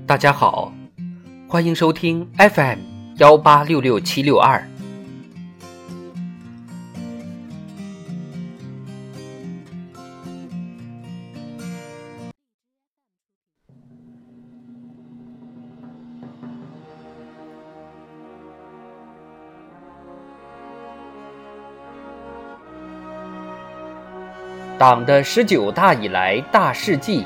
大家好，欢迎收听 FM1866762。党的19大以来大事记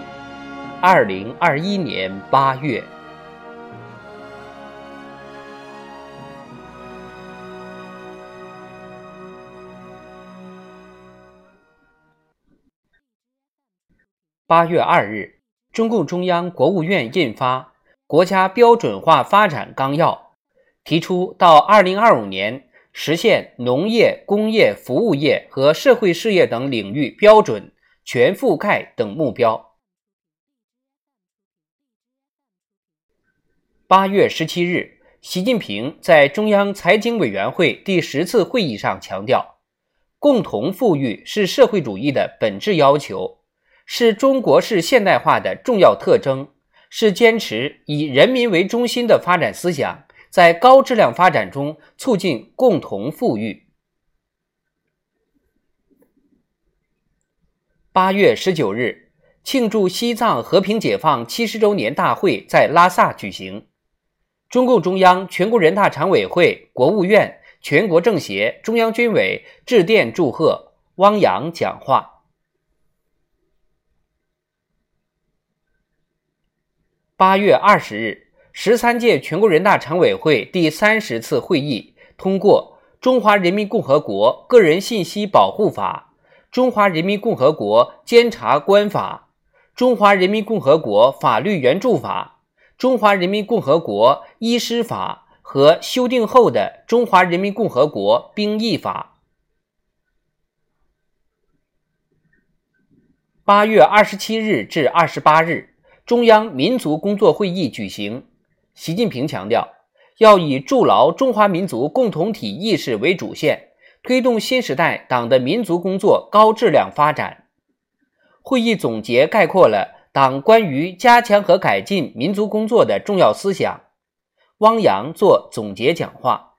，2021年8月。8月2日，中共中央、国务院印发《国家标准化发展纲要》，提出到2025年实现农业、工业、服务业和社会事业等领域标准全覆盖等目标。8月17日，习近平在中央财经委员会第10次会议上强调，共同富裕是社会主义的本质要求，是中国式现代化的重要特征，是坚持以人民为中心的发展思想在高质量发展中促进共同富裕。8月19日，庆祝西藏和平解放70周年大会在拉萨举行。中共中央、全国人大常委会、国务院、全国政协、中央军委致电祝贺，汪洋讲话。8月20日，13届全国人大常委会第30次会议通过《中华人民共和国个人信息保护法》、《中华人民共和国监察官法》、《中华人民共和国法律援助法》、《中华人民共和国医师法》和修订后的《中华人民共和国兵役法》。8月27日至28日，中央民族工作会议举行。习近平强调，要以筑牢中华民族共同体意识为主线，推动新时代党的民族工作高质量发展。会议总结概括了党关于加强和改进民族工作的重要思想。汪洋作总结讲话。